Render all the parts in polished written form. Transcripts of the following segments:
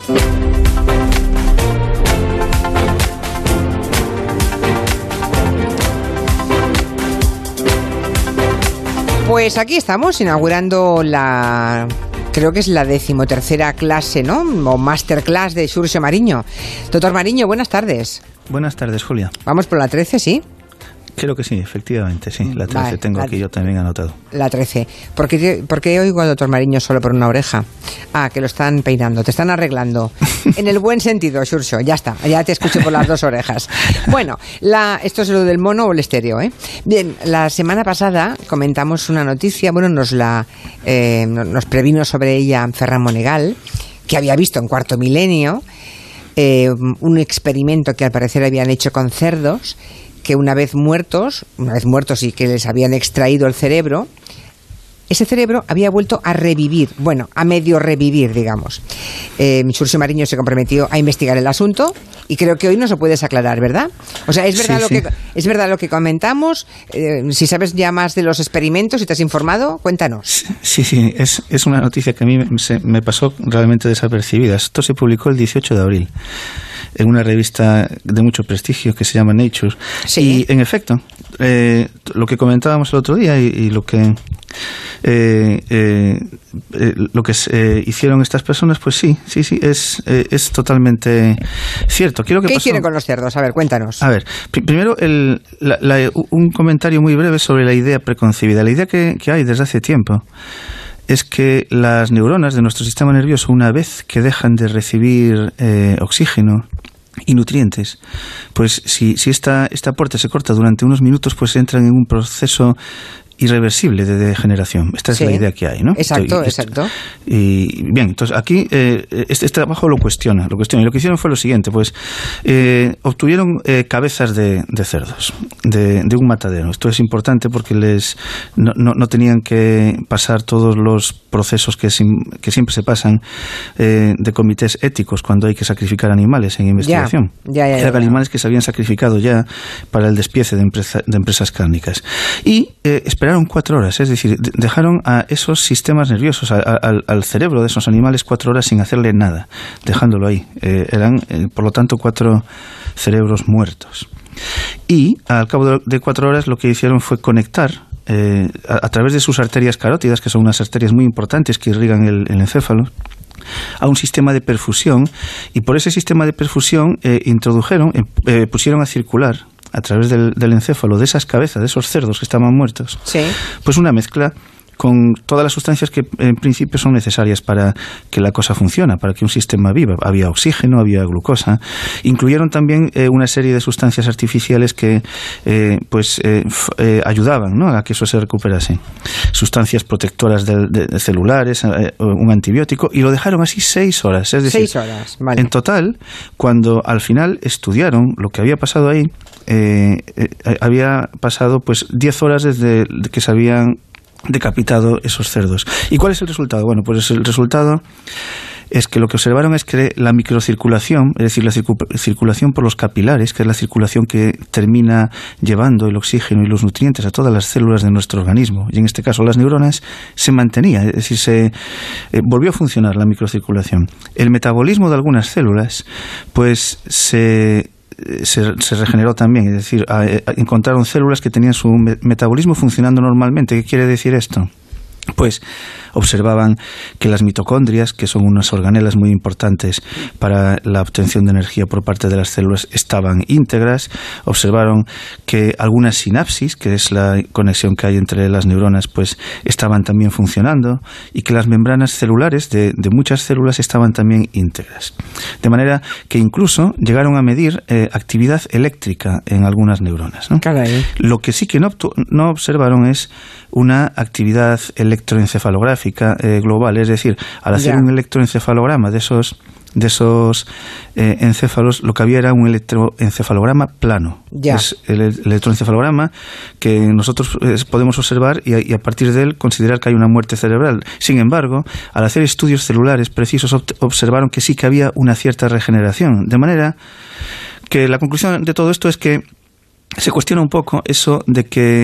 Pues aquí estamos inaugurando creo que es la 13ª clase, ¿no? O masterclass de Xurxo Mariño. Doctor Mariño, buenas tardes. Buenas tardes, Julia. Vamos por la 13, ¿sí? Creo que sí, efectivamente, sí. La 13 tengo aquí yo también anotado. La 13. ¿Por qué oigo al doctor Mariño solo por una oreja? Ah, que lo están peinando, te están arreglando. En el buen sentido, Xurxo, ya está. Ya te escucho por las dos orejas. Bueno, esto es lo del mono o el estéreo, ¿eh? Bien, la semana pasada comentamos una noticia, bueno, nos previno sobre ella Ferran Monegal, que había visto en Cuarto Milenio un experimento que al parecer habían hecho con cerdos, que una vez muertos y que les habían extraído el cerebro, ese cerebro había vuelto a revivir, bueno, a medio revivir, digamos. Xurxo Mariño se comprometió a investigar el asunto y creo que hoy nos lo puedes aclarar, ¿verdad? O sea, ¿es verdad, sí. ¿Es verdad lo que comentamos? Si sabes ya más de los experimentos y te has informado, cuéntanos. Sí, es una noticia que a mí me pasó realmente desapercibida. Esto se publicó el 18 de abril en una revista de mucho prestigio que se llama Nature. Sí. Y, en efecto, lo que comentábamos el otro día y lo que hicieron estas personas, pues sí, es totalmente cierto. ¿Qué hicieron con los cerdos? A ver, cuéntanos. A ver, primero un comentario muy breve sobre la idea preconcebida. La idea que hay desde hace tiempo es que las neuronas de nuestro sistema nervioso, una vez que dejan de recibir oxígeno y nutrientes, pues si esta aporte se corta durante unos minutos, pues entran en un proceso irreversible de degeneración. Esta es la idea que hay, ¿no? Exacto. Y bien, entonces aquí este trabajo lo cuestiona. Y lo que hicieron fue lo siguiente, pues obtuvieron cabezas de cerdos, de un matadero. Esto es importante porque no tenían que pasar todos los procesos que siempre se pasan de comités éticos cuando hay que sacrificar animales en investigación. Eran animales que se habían sacrificado ya para el despiece de empresas cárnicas. Y esperaron 4 horas, es decir, dejaron a esos sistemas nerviosos, al cerebro de esos animales 4 horas sin hacerle nada, dejándolo ahí. Eran, por lo tanto, 4 cerebros muertos. Y al cabo de 4 horas lo que hicieron fue conectar a través de sus arterias carótidas, que son unas arterias muy importantes que irrigan el encéfalo, a un sistema de perfusión, y por ese sistema de perfusión pusieron a circular a través del encéfalo de esas cabezas, de esos cerdos que estaban muertos, pues una mezcla con todas las sustancias que en principio son necesarias para que la cosa funcione, para que un sistema viva. Había oxígeno, había glucosa. Incluyeron también una serie de sustancias artificiales que ayudaban, ¿no?, a que eso se recuperase. Sustancias protectoras de celulares, un antibiótico, y lo dejaron así 6 horas. Es decir, 6 horas, vale. En total, cuando al final estudiaron lo que había pasado ahí, había pasado pues 10 horas desde que se habían decapitado esos cerdos. ¿Y cuál es el resultado? Bueno, pues el resultado es que lo que observaron es que la microcirculación, es decir, la circulación por los capilares, que es la circulación que termina llevando el oxígeno y los nutrientes a todas las células de nuestro organismo, y en este caso las neuronas, se mantenía, es decir, se volvió a funcionar la microcirculación. El metabolismo de algunas células, pues se regeneró también, es decir, encontraron células que tenían su metabolismo funcionando normalmente. ¿Qué quiere decir esto? Pues observaban que las mitocondrias, que son unas organelas muy importantes para la obtención de energía por parte de las células, estaban íntegras. Observaron que algunas sinapsis, que es la conexión que hay entre las neuronas, pues estaban también funcionando, y que las membranas celulares de muchas células estaban también íntegras. De manera que incluso llegaron a medir actividad eléctrica en algunas neuronas, ¿no? Caray. Lo que sí que no observaron es una actividad electroencefalográfica global, es decir, al hacer un electroencefalograma de esos encéfalos, lo que había era un electroencefalograma plano. Es el electroencefalograma que nosotros podemos observar y a partir de él considerar que hay una muerte cerebral. Sin embargo, al hacer estudios celulares precisos, observaron que sí que había una cierta regeneración. De manera que la conclusión de todo esto es que se cuestiona un poco eso de que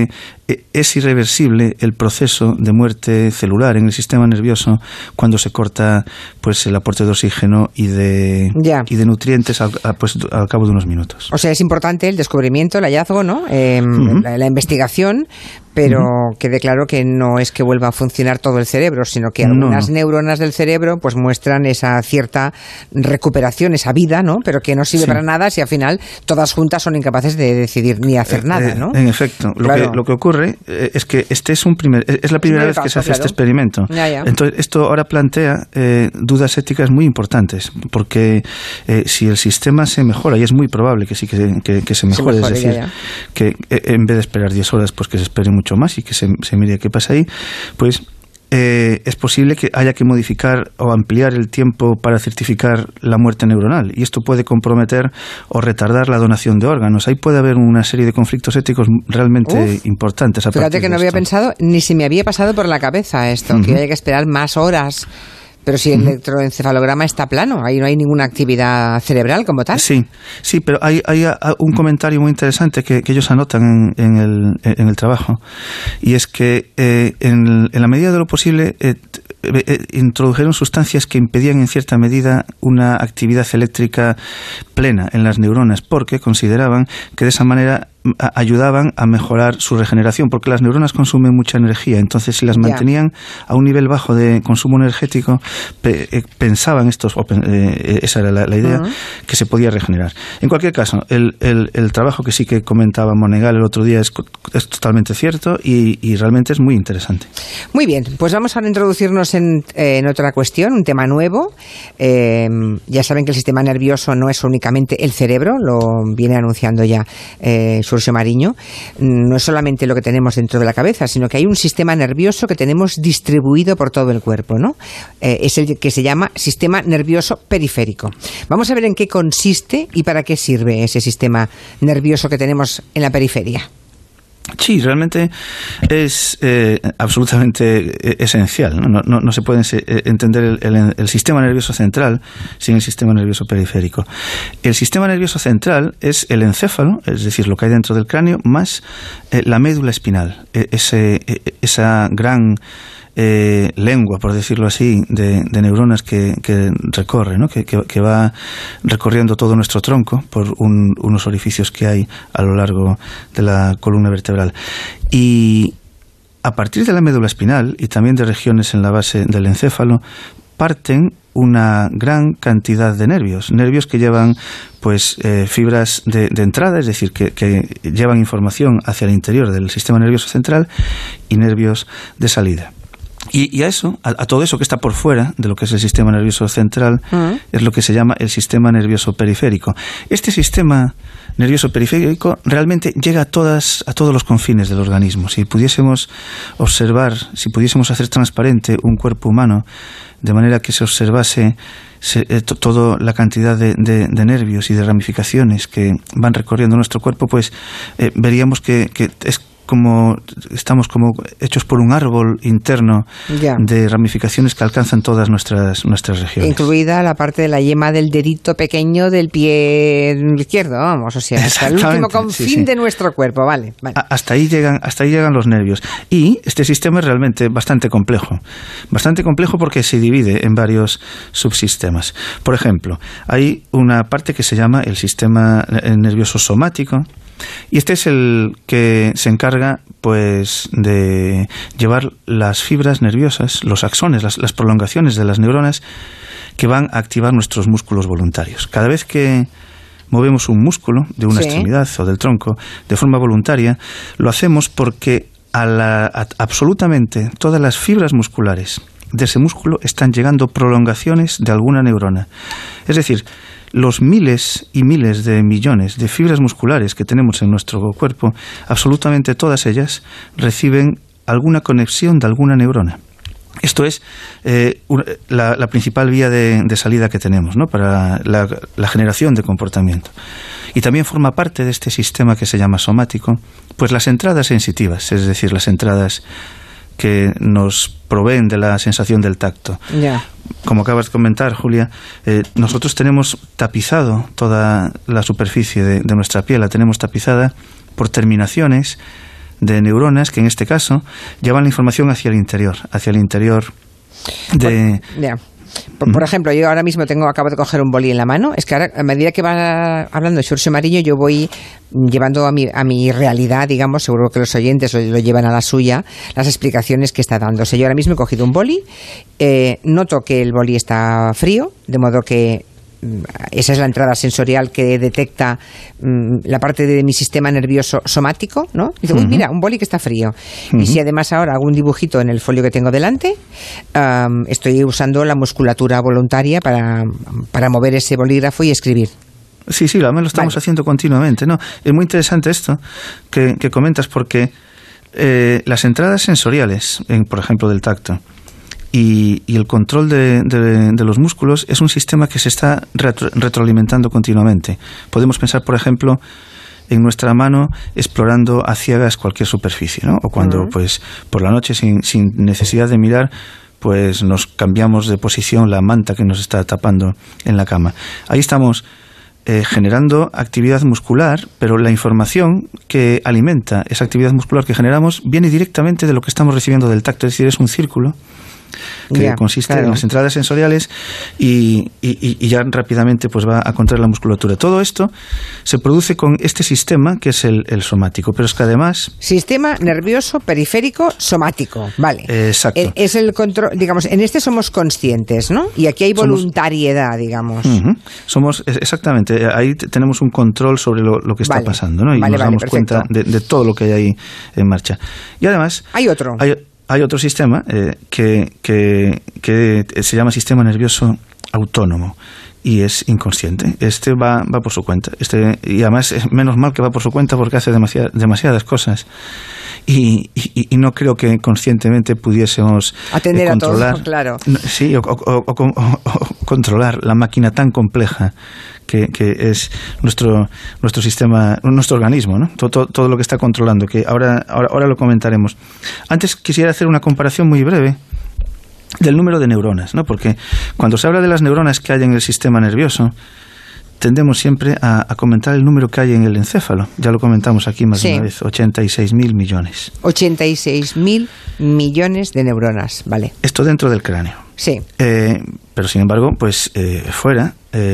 es irreversible el proceso de muerte celular en el sistema nervioso cuando se corta pues el aporte de oxígeno y de nutrientes al cabo de unos minutos. O sea, es importante el descubrimiento, el hallazgo, ¿no? La investigación, pero quede claro que no es que vuelva a funcionar todo el cerebro, sino que algunas neuronas del cerebro pues muestran esa cierta recuperación, esa vida, ¿no? Pero que no sirve para nada si al final todas juntas son incapaces de decidir ni hacer nada, ¿no? En efecto, lo que ocurre es que es la primera vez que se hace este experimento. Entonces, esto ahora plantea dudas éticas muy importantes, porque si el sistema se mejora, y es muy probable que sí que se mejore, es decir, que en vez de esperar 10 horas, pues que se espere mucho más y que se mire qué pasa ahí, pues es posible que haya que modificar o ampliar el tiempo para certificar la muerte neuronal, y esto puede comprometer o retardar la donación de órganos. Ahí puede haber una serie de conflictos éticos realmente importantes. Fíjate que no había pensado, ni se me había pasado por la cabeza esto, que haya que esperar más horas. Pero si el electroencefalograma está plano, ahí no hay ninguna actividad cerebral como tal. Sí, pero hay un comentario muy interesante que ellos anotan en el trabajo, y es que en la medida de lo posible introdujeron sustancias que impedían en cierta medida una actividad eléctrica plena en las neuronas, porque consideraban que de esa manera ayudaban a mejorar su regeneración, porque las neuronas consumen mucha energía. Entonces, si las mantenían a un nivel bajo de consumo energético, pensaban estos, esa era la idea, que se podía regenerar. En cualquier caso, el trabajo que sí que comentaba Monegal el otro día es totalmente cierto y realmente es muy interesante. Muy bien, pues vamos ahora a introducirnos en otra cuestión, un tema nuevo. Ya saben que el sistema nervioso no es únicamente el cerebro, lo viene anunciando ya Xurxo Mariño. No es solamente lo que tenemos dentro de la cabeza, sino que hay un sistema nervioso que tenemos distribuido por todo el cuerpo, ¿no? Es el que se llama sistema nervioso periférico. Vamos a ver en qué consiste y para qué sirve ese sistema nervioso que tenemos en la periferia. Sí, realmente es absolutamente esencial, ¿no? No se puede entender el sistema nervioso central sin el sistema nervioso periférico. El sistema nervioso central es el encéfalo, es decir, lo que hay dentro del cráneo, más la médula espinal, esa gran lengua, por decirlo así, de neuronas que recorre, ¿no? que va recorriendo todo nuestro tronco por unos orificios que hay a lo largo de la columna vertebral. Y a partir de la médula espinal y también de regiones en la base del encéfalo parten una gran cantidad de nervios que llevan pues fibras de entrada, es decir, que llevan información hacia el interior del sistema nervioso central, y nervios de salida. Y a eso, a todo eso que está por fuera de lo que es el sistema nervioso central, es lo que se llama el sistema nervioso periférico. Este sistema nervioso periférico realmente llega a todos los confines del organismo. Si pudiésemos observar, si pudiésemos hacer transparente un cuerpo humano de manera que se observase toda la cantidad de nervios y de ramificaciones que van recorriendo nuestro cuerpo, pues veríamos que estamos como hechos por un árbol interno de ramificaciones que alcanzan todas nuestras regiones. Incluida la parte de la yema del dedito pequeño del pie izquierdo, vamos, o sea, hasta el último confín de nuestro cuerpo, vale. Hasta ahí llegan los nervios. Y este sistema es realmente bastante complejo porque se divide en varios subsistemas. Por ejemplo, hay una parte que se llama el sistema nervioso somático, y este es el que se encarga pues de llevar las fibras nerviosas, los axones, las prolongaciones de las neuronas que van a activar nuestros músculos voluntarios. Cada vez que movemos un músculo de una extremidad o del tronco de forma voluntaria, lo hacemos porque absolutamente todas las fibras musculares de ese músculo están llegando prolongaciones de alguna neurona. Es decir, los miles y miles de millones de fibras musculares que tenemos en nuestro cuerpo, absolutamente todas ellas reciben alguna conexión de alguna neurona. Esto es la principal vía de salida que tenemos, ¿no? Para la generación de comportamiento. Y también forma parte de este sistema que se llama somático, pues las entradas sensitivas, es decir, las entradas que nos proveen de la sensación del tacto. Como acabas de comentar, Julia, nosotros tenemos tapizado toda la superficie de nuestra piel, la tenemos tapizada por terminaciones neuronas que en este caso llevan la información hacia el interior de... Por ejemplo, yo ahora mismo acabo de coger un boli en la mano. Es que ahora, a medida que va hablando Xurxo Mariño, yo voy llevando a mi realidad, digamos, seguro que los oyentes lo llevan a la suya, las explicaciones que está dando. O sea, yo ahora mismo he cogido un boli, noto que el boli está frío, de modo que esa es la entrada sensorial que detecta la parte de mi sistema nervioso somático, ¿no? Dice, uy, mira, un boli que está frío. Y si además ahora hago un dibujito en el folio que tengo delante, estoy usando la musculatura voluntaria para mover ese bolígrafo y escribir. Sí, lo estamos haciendo continuamente, ¿no? Es muy interesante esto que comentas porque las entradas sensoriales, por ejemplo, del tacto, y el control de los músculos es un sistema que se está retroalimentando continuamente. Podemos pensar, por ejemplo, en nuestra mano explorando a ciegas cualquier superficie, ¿no? O cuando, pues, por la noche, sin necesidad de mirar, pues nos cambiamos de posición la manta que nos está tapando en la cama. Ahí estamos generando actividad muscular, pero la información que alimenta esa actividad muscular que generamos viene directamente de lo que estamos recibiendo del tacto, es decir, es un círculo que consiste en las entradas sensoriales y ya rápidamente pues va a contraer la musculatura. Todo esto se produce con este sistema que es el somático, pero es que además... Sistema nervioso periférico somático, vale. Exacto. Es el control, digamos, en este somos conscientes, ¿no? Y aquí hay voluntariedad, digamos. Somos, exactamente, ahí tenemos un control sobre lo que está pasando, ¿no? Y nos damos cuenta de todo lo que hay ahí en marcha. Y además... Hay otro sistema que se llama sistema nervioso autónomo y es inconsciente. Este va por su cuenta. Y además es menos mal que va por su cuenta porque hace demasiadas cosas. Y no creo que conscientemente pudiésemos atender controlar, a todo, claro. Sí, o controlar la máquina tan compleja que es nuestro sistema, nuestro organismo, ¿no? Todo lo que está controlando, que ahora lo comentaremos. Antes quisiera hacer una comparación muy breve del número de neuronas, ¿no? Porque cuando se habla de las neuronas que hay en el sistema nervioso, tendemos siempre a comentar el número que hay en el encéfalo. Ya lo comentamos aquí más de una vez, 86.000 millones. 86.000 millones de neuronas, vale. Esto dentro del cráneo. Sí. Pero sin embargo, pues fuera,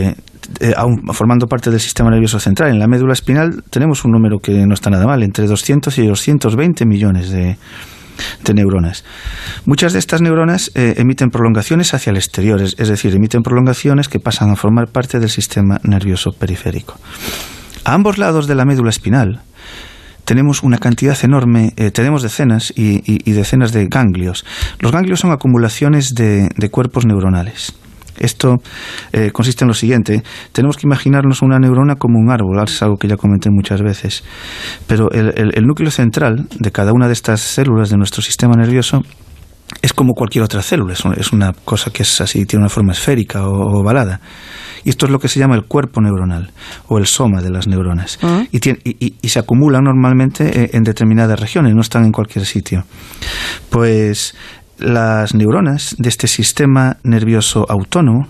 aún formando parte del sistema nervioso central, en la médula espinal tenemos un número que no está nada mal, entre 200 y 220 millones de neuronas. Muchas de estas neuronas emiten prolongaciones hacia el exterior, es decir, emiten prolongaciones que pasan a formar parte del sistema nervioso periférico. A ambos lados de la médula espinal tenemos una cantidad enorme, tenemos decenas y decenas de ganglios. Los ganglios son acumulaciones de cuerpos neuronales. Esto consiste en lo siguiente: tenemos que imaginarnos una neurona como un árbol, es algo que ya comenté muchas veces, pero el núcleo central de cada una de estas células de nuestro sistema nervioso es como cualquier otra célula, es una cosa que es así, tiene una forma esférica o ovalada. Y esto es lo que se llama el cuerpo neuronal o el soma de las neuronas. Y se acumulan normalmente en determinadas regiones, no están en cualquier sitio. Pues las neuronas de este sistema nervioso autónomo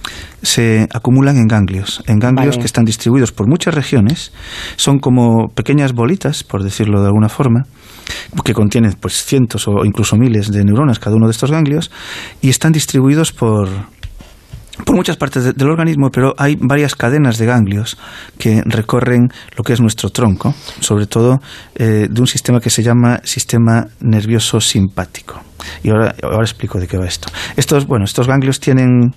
se acumulan en ganglios que están distribuidos por muchas regiones. Son como pequeñas bolitas, por decirlo de alguna forma, que contienen pues cientos o incluso miles de neuronas cada uno de estos ganglios, y están distribuidos por muchas partes del organismo, pero hay varias cadenas de ganglios que recorren lo que es nuestro tronco, sobre todo de un sistema que se llama sistema nervioso simpático. Y ahora explico de qué va esto. Estos ganglios tienen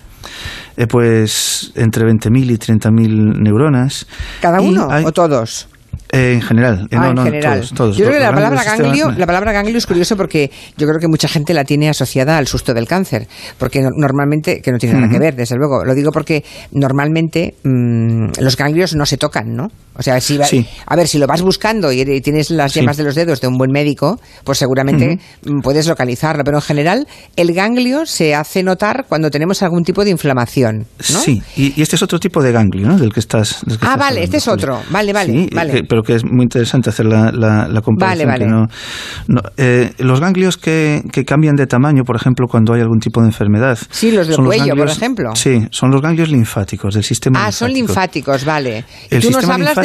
pues entre 20.000 y 30.000 neuronas. ¿Cada uno o todos? En general. En general. Todos. Yo creo que la palabra ganglio es curioso porque yo creo que mucha gente la tiene asociada al susto del cáncer, porque normalmente, que no tiene nada que ver, desde luego, lo digo porque normalmente los ganglios no se tocan, ¿no? O sea, a ver, si lo vas buscando y tienes las yemas de los dedos de un buen médico, pues seguramente puedes localizarlo, pero en general el ganglio se hace notar cuando tenemos algún tipo de inflamación, ¿no? Sí, y este es otro tipo de ganglio, ¿no? Del que estás vale, hablando, este es otro, vale. Sí, pero que es muy interesante hacer la comparación. Vale. Los ganglios que cambian de tamaño, por ejemplo, cuando hay algún tipo de enfermedad. Sí, los del cuello, por ejemplo. Sí, son los ganglios linfáticos del sistema linfático. Son linfáticos, vale. Y tú nos hablas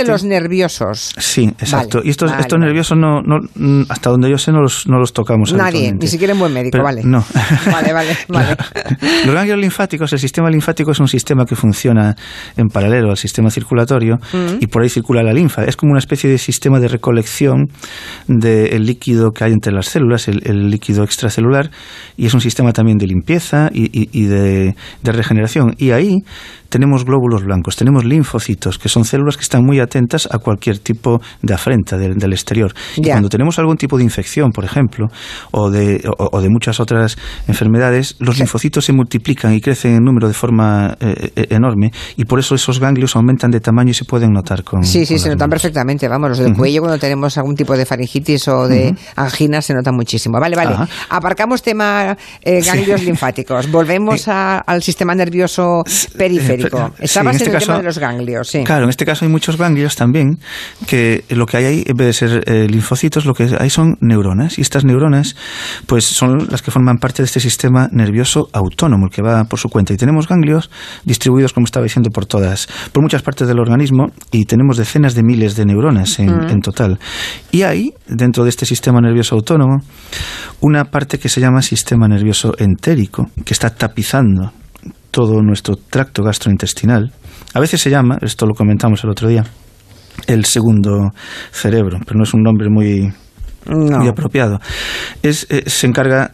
de los nerviosos. Sí, exacto. Vale, y estos nerviosos, no, hasta donde yo sé, no los tocamos. Nadie, ni siquiera en buen médico, pero, vale. No. Vale. Los ganglios linfáticos, el sistema linfático es un sistema que funciona en paralelo al sistema circulatorio y por ahí circula la linfa. Es como una especie de sistema de recolección del líquido que hay entre las células, el líquido extracelular, y es un sistema también de limpieza y de regeneración. Y ahí tenemos glóbulos blancos, tenemos linfocitos, que son células que están muy atentas a cualquier tipo de afrenta del exterior. Y cuando tenemos algún tipo de infección, por ejemplo, o de muchas otras enfermedades, los linfocitos se multiplican y crecen en número de forma enorme, y por eso esos ganglios aumentan de tamaño y se pueden notar con Sí, se notan manos. perfectamente, vamos, los del cuello cuando tenemos algún tipo de faringitis o de angina se notan muchísimo. Vale. Ajá. Aparcamos tema ganglios linfáticos, volvemos al sistema nervioso periférico. Estabas en el tema de los ganglios, sí. Claro, en este caso hay muchos ganglios también, que lo que hay ahí, en vez de ser linfocitos, lo que hay son neuronas, y estas neuronas pues son las que forman parte de este sistema nervioso autónomo, el que va por su cuenta. Y tenemos ganglios distribuidos, como estaba diciendo, por muchas partes del organismo, y tenemos decenas de miles de neuronas en total. Y hay, dentro de este sistema nervioso autónomo, una parte que se llama sistema nervioso entérico, que está tapizando todo nuestro tracto gastrointestinal. A veces se llama, esto lo comentamos el otro día, el segundo cerebro, pero no es un nombre muy apropiado. Se encarga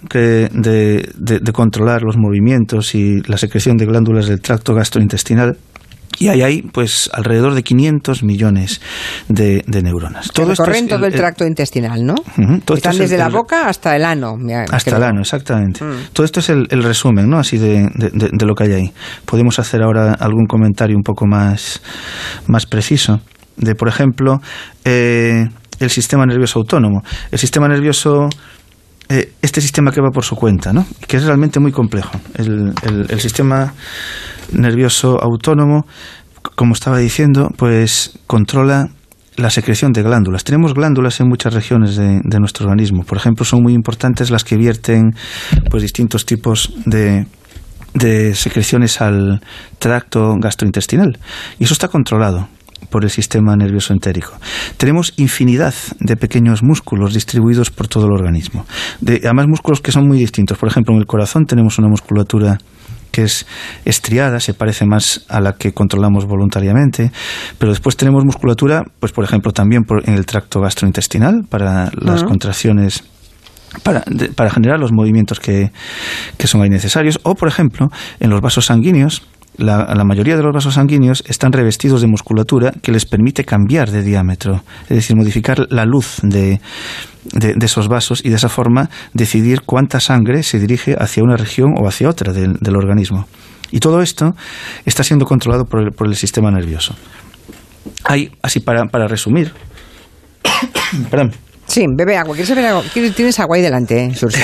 de controlar los movimientos y la secreción de glándulas del tracto gastrointestinal. Y ahí hay, pues, alrededor de 500 millones de neuronas. Todo recorren todo el tracto intestinal, ¿no? Están desde la boca hasta el ano. Hasta el ano, exactamente. Todo esto es el resumen, ¿no? Así de lo que hay ahí. Podemos hacer ahora algún comentario un poco más preciso. Por ejemplo, el sistema nervioso autónomo. El sistema nervioso... este sistema que va por su cuenta, ¿no? Que es realmente muy complejo. El sistema nervioso autónomo, como estaba diciendo, pues controla la secreción de glándulas. Tenemos glándulas en muchas regiones de nuestro organismo. Por ejemplo, son muy importantes las que vierten pues distintos tipos de secreciones al tracto gastrointestinal. Y eso está controlado por el sistema nervioso entérico. Tenemos infinidad de pequeños músculos distribuidos por todo el organismo. Además, músculos que son muy distintos. Por ejemplo, en el corazón tenemos una musculatura que es estriada, se parece más a la que controlamos voluntariamente, pero después tenemos musculatura, pues por ejemplo, también en el tracto gastrointestinal, para las contracciones, para generar los movimientos que son ahí necesarios, o por ejemplo, en los vasos sanguíneos. La mayoría de los vasos sanguíneos están revestidos de musculatura que les permite cambiar de diámetro, es decir, modificar la luz de esos vasos y de esa forma decidir cuánta sangre se dirige hacia una región o hacia otra del organismo. Y todo esto está siendo controlado por el sistema nervioso. Hay, así para resumir... Perdón. Sí, bebe agua. ¿Quieres beber agua? ¿Tienes agua ahí delante, Xurxo?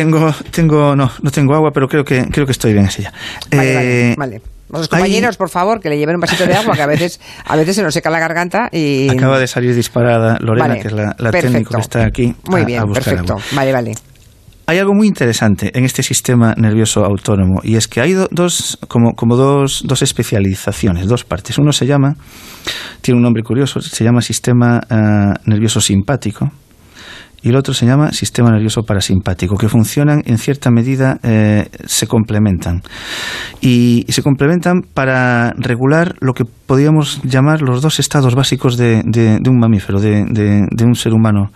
No tengo agua, pero creo que estoy bien así ya. Vale. Los compañeros, por favor, que le lleven un vasito de agua, que a veces se nos seca la garganta y... Acaba de salir disparada Lorena, que es la técnica que está aquí. Muy bien, perfecto. Agua. Vale. Hay algo muy interesante en este sistema nervioso autónomo, y es que hay dos especializaciones, dos partes. Uno tiene un nombre curioso, se llama sistema nervioso simpático, y el otro se llama sistema nervioso parasimpático, que funcionan en cierta medida, se complementan. Y se complementan para regular lo que podríamos llamar los dos estados básicos de un mamífero, de un ser humano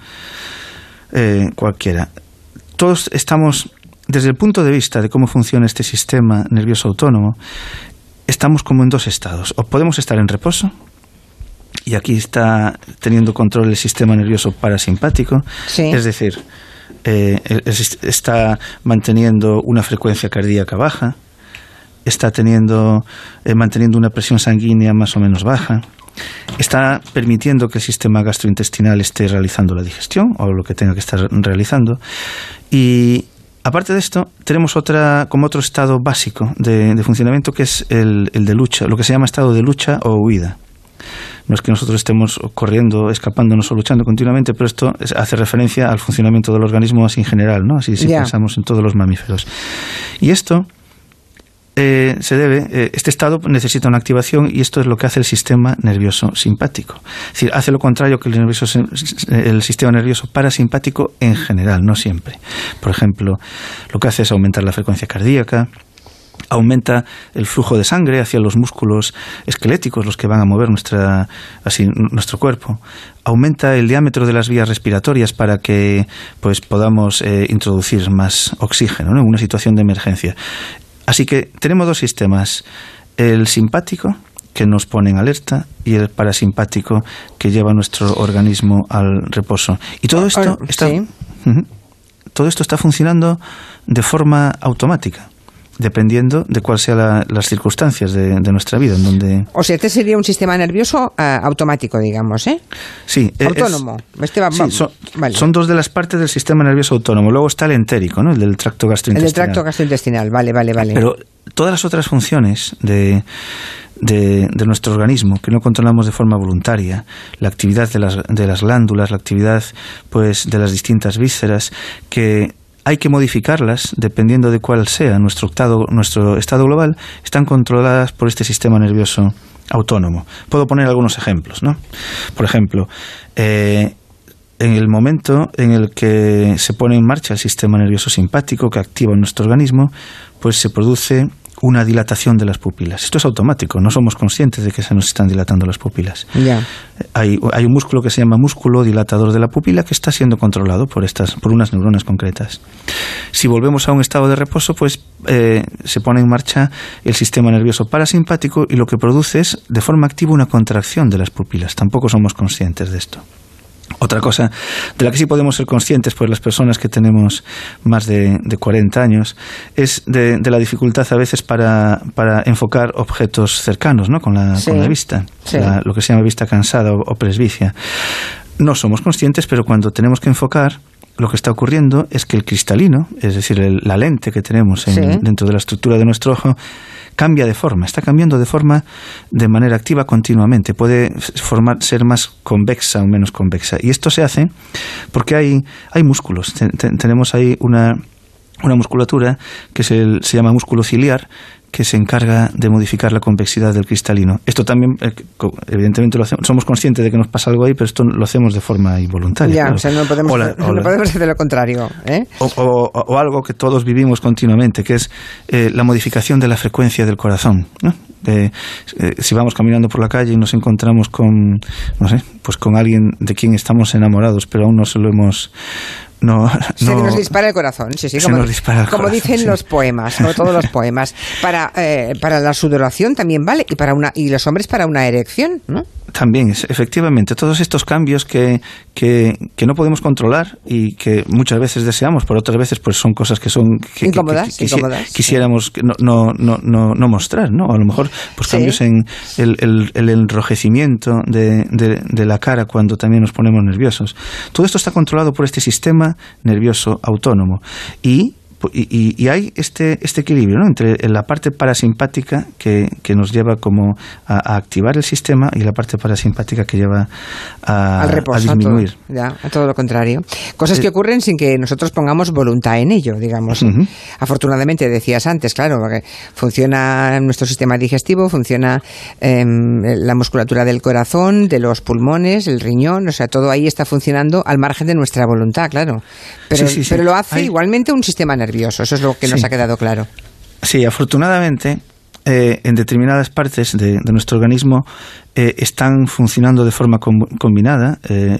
cualquiera. Todos estamos, desde el punto de vista de cómo funciona este sistema nervioso autónomo, estamos como en dos estados. O podemos estar en reposo, y aquí está teniendo control el sistema nervioso parasimpático, sí. Es decir, está manteniendo una frecuencia cardíaca baja, está manteniendo una presión sanguínea más o menos baja, está permitiendo que el sistema gastrointestinal esté realizando la digestión o lo que tenga que estar realizando. Y aparte de esto, tenemos como otro estado básico de funcionamiento, que es el de lucha, lo que se llama estado de lucha o huida. No es que nosotros estemos corriendo, escapándonos o luchando continuamente, pero esto hace referencia al funcionamiento del organismo así en general, ¿no? Así pensamos en todos los mamíferos. Y esto este estado necesita una activación y esto es lo que hace el sistema nervioso simpático. Es decir, hace lo contrario que el sistema nervioso parasimpático en general, no siempre. Por ejemplo, lo que hace es aumentar la frecuencia cardíaca, aumenta el flujo de sangre hacia los músculos esqueléticos, los que van a mover nuestro cuerpo. Aumenta el diámetro de las vías respiratorias para que podamos introducir más oxígeno, ¿no?, en una situación de emergencia. Así que tenemos dos sistemas, el simpático, que nos pone en alerta, y el parasimpático, que lleva nuestro organismo al reposo. Y todo esto todo esto está funcionando de forma automática, dependiendo de cuáles sean las circunstancias de nuestra vida. O sea, este sería un sistema nervioso automático, digamos, ¿eh? Sí. Autónomo. Son dos de las partes del sistema nervioso autónomo. Luego está el entérico, ¿no?, el del tracto gastrointestinal. El del tracto gastrointestinal, vale. Pero todas las otras funciones de nuestro organismo que no controlamos de forma voluntaria, la actividad de las glándulas, la actividad de las distintas vísceras, que hay que modificarlas dependiendo de cuál sea nuestro estado global, están controladas por este sistema nervioso autónomo. Puedo poner algunos ejemplos, ¿no? Por ejemplo, en el momento en el que se pone en marcha el sistema nervioso simpático que activa nuestro organismo, se produce una dilatación de las pupilas. Esto es automático, no somos conscientes de que se nos están dilatando las pupilas. Yeah. Hay un músculo que se llama músculo dilatador de la pupila que está siendo controlado por unas neuronas concretas. Si volvemos a un estado de reposo, se pone en marcha el sistema nervioso parasimpático y lo que produce es de forma activa una contracción de las pupilas. Tampoco somos conscientes de esto. Otra cosa de la que sí podemos ser conscientes, las personas que tenemos más de 40 años, es de la dificultad a veces para enfocar objetos cercanos, ¿no?, con la vista, lo que se llama vista cansada o presbicia. No somos conscientes, pero cuando tenemos que enfocar, lo que está ocurriendo es que el cristalino, es decir, la lente que tenemos dentro de la estructura de nuestro ojo, está cambiando de forma de manera activa continuamente. Puede ser más convexa o menos convexa. Y esto se hace porque hay músculos. Tenemos ahí una musculatura que se llama músculo ciliar, que se encarga de modificar la convexidad del cristalino. Esto también, evidentemente, lo hacemos, somos conscientes de que nos pasa algo ahí, pero esto lo hacemos de forma involuntaria. Ya, claro. O sea, no podemos hacer lo contrario, ¿eh? O algo que todos vivimos continuamente, que es la modificación de la frecuencia del corazón, ¿no? Si vamos caminando por la calle y nos encontramos con alguien de quien estamos enamorados, pero aún no se lo hemos... Se nos dispara el corazón, como dicen los poemas, o todos los poemas. Para la sudoración también vale, y los hombres para una erección, ¿no? También, efectivamente, todos estos cambios que no podemos controlar y que muchas veces deseamos, pero otras veces son cosas que son incómodas, quisiéramos no mostrar, ¿no? A lo mejor cambios en el enrojecimiento de la cara cuando también nos ponemos nerviosos. Todo esto está controlado por este sistema nervioso autónomo y hay este equilibrio, ¿no?, entre la parte parasimpática que nos lleva como a activar el sistema y la parte parasimpática que lleva a disminuir. A todo lo contrario. Cosas que ocurren sin que nosotros pongamos voluntad en ello, digamos. Uh-huh. Afortunadamente, decías antes, claro, porque funciona nuestro sistema digestivo, funciona la musculatura del corazón, de los pulmones, el riñón, o sea, todo ahí está funcionando al margen de nuestra voluntad, claro. Pero lo hace igualmente un sistema nervioso. Eso es lo que nos ha quedado claro. Sí, afortunadamente, en determinadas partes de nuestro organismo están funcionando de forma combinada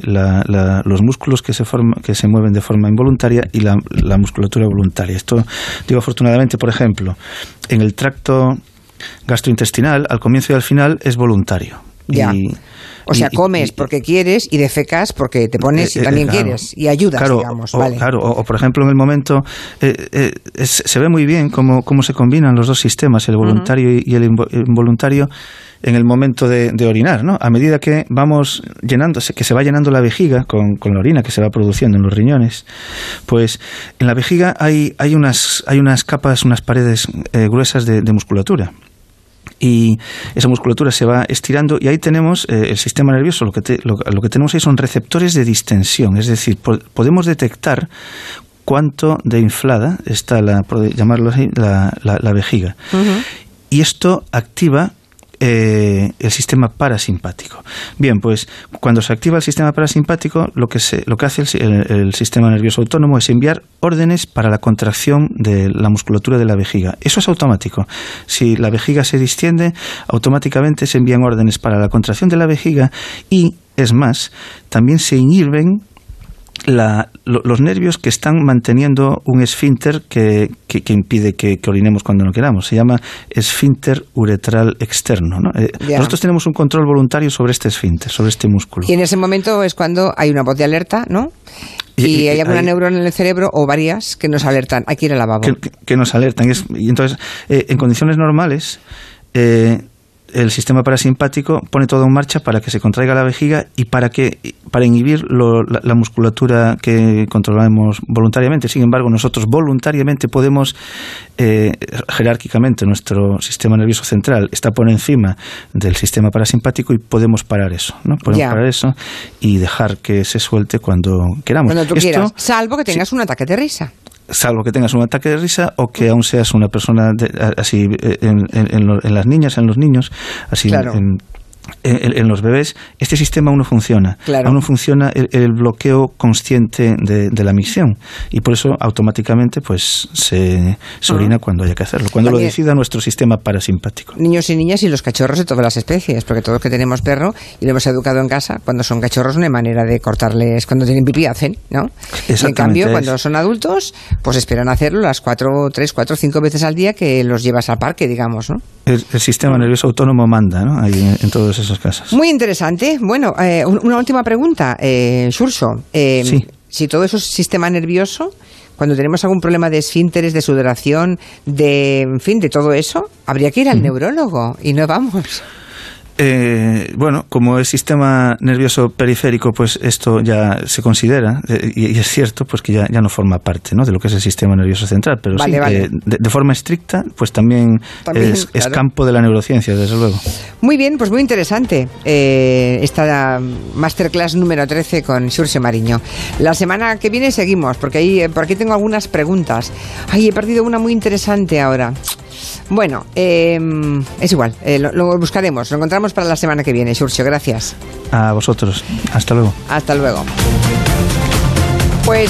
los músculos que se mueven de forma involuntaria y la musculatura voluntaria. Esto digo afortunadamente, por ejemplo, en el tracto gastrointestinal, al comienzo y al final es voluntario. Ya. Comes porque quieres y defecas porque te pones y también quieres y ayudas, digamos. Vale. O por ejemplo, en el momento se ve muy bien cómo se combinan los dos sistemas, el voluntario y el involuntario, en el momento de orinar, ¿no? A medida que vamos que se va llenando la vejiga con la orina que se va produciendo en los riñones, pues en la vejiga hay unas capas, unas paredes gruesas de musculatura. Y esa musculatura se va estirando y ahí tenemos el sistema nervioso. Lo que tenemos ahí son receptores de distensión, es decir, podemos detectar cuánto de inflada está, por llamarlo así, la vejiga. Uh-huh. Y esto activa el sistema parasimpático. Bien, pues cuando se activa el sistema parasimpático, lo que hace el sistema nervioso autónomo es enviar órdenes para la contracción de la musculatura de la vejiga. Eso es automático. Si la vejiga se distiende, automáticamente se envían órdenes para la contracción de la vejiga y, es más, también se inhiben los nervios que están manteniendo un esfínter que impide que orinemos cuando no queramos. Se llama esfínter uretral externo, ¿no? Nosotros tenemos un control voluntario sobre este esfínter, sobre este músculo. Y en ese momento es cuando hay una voz de alerta, ¿no? Y hay alguna neurona en el cerebro o varias que nos alertan. Hay que ir al lavabo. Que nos alertan. Y entonces, en condiciones normales, el sistema parasimpático pone todo en marcha para que se contraiga la vejiga y para inhibir la musculatura que controlamos voluntariamente. Sin embargo, nosotros voluntariamente podemos, jerárquicamente, nuestro sistema nervioso central está por encima del sistema parasimpático y podemos parar eso, ¿no? Podemos parar eso y dejar que se suelte cuando queramos. Cuando tú quieras, salvo que tengas un ataque de risa. Salvo que tengas un ataque de risa o que aún seas una persona así en las niñas, en los niños, así claro. En los bebés, este sistema aún no funciona. Claro. Aún no funciona el bloqueo consciente de la micción y por eso automáticamente pues se orina cuando haya que hacerlo, cuando también lo decida nuestro sistema parasimpático. Niños y niñas y los cachorros de todas las especies, porque todos los que tenemos perro y lo hemos educado en casa, cuando son cachorros no hay manera de cortarles, cuando tienen pipí hacen, ¿no? Y en cambio, cuando son adultos, pues esperan hacerlo las 4, 5 veces al día que los llevas al parque, digamos, ¿no? El sistema nervioso autónomo manda, ¿no? Ahí en todos esos casos. Muy interesante. Bueno, una última pregunta, Xurxo. Sí. Si todo eso es sistema nervioso, cuando tenemos algún problema de esfínteres, de sudoración, de todo eso, habría que ir al neurólogo y no vamos. Bueno, como es sistema nervioso periférico, pues esto ya se considera, y es cierto, pues que ya no forma parte, ¿no?, de lo que es el sistema nervioso central, pero vale, sí, vale. De forma estricta, pues también es campo de la neurociencia, desde luego. Muy bien, pues muy interesante esta Masterclass número 13 con Xurxo Mariño. La semana que viene seguimos, porque por aquí tengo algunas preguntas. Ay, he perdido una muy interesante ahora. Bueno, es igual, lo buscaremos, lo encontramos para la semana que viene. Xurxo, gracias. A vosotros, hasta luego. Hasta luego.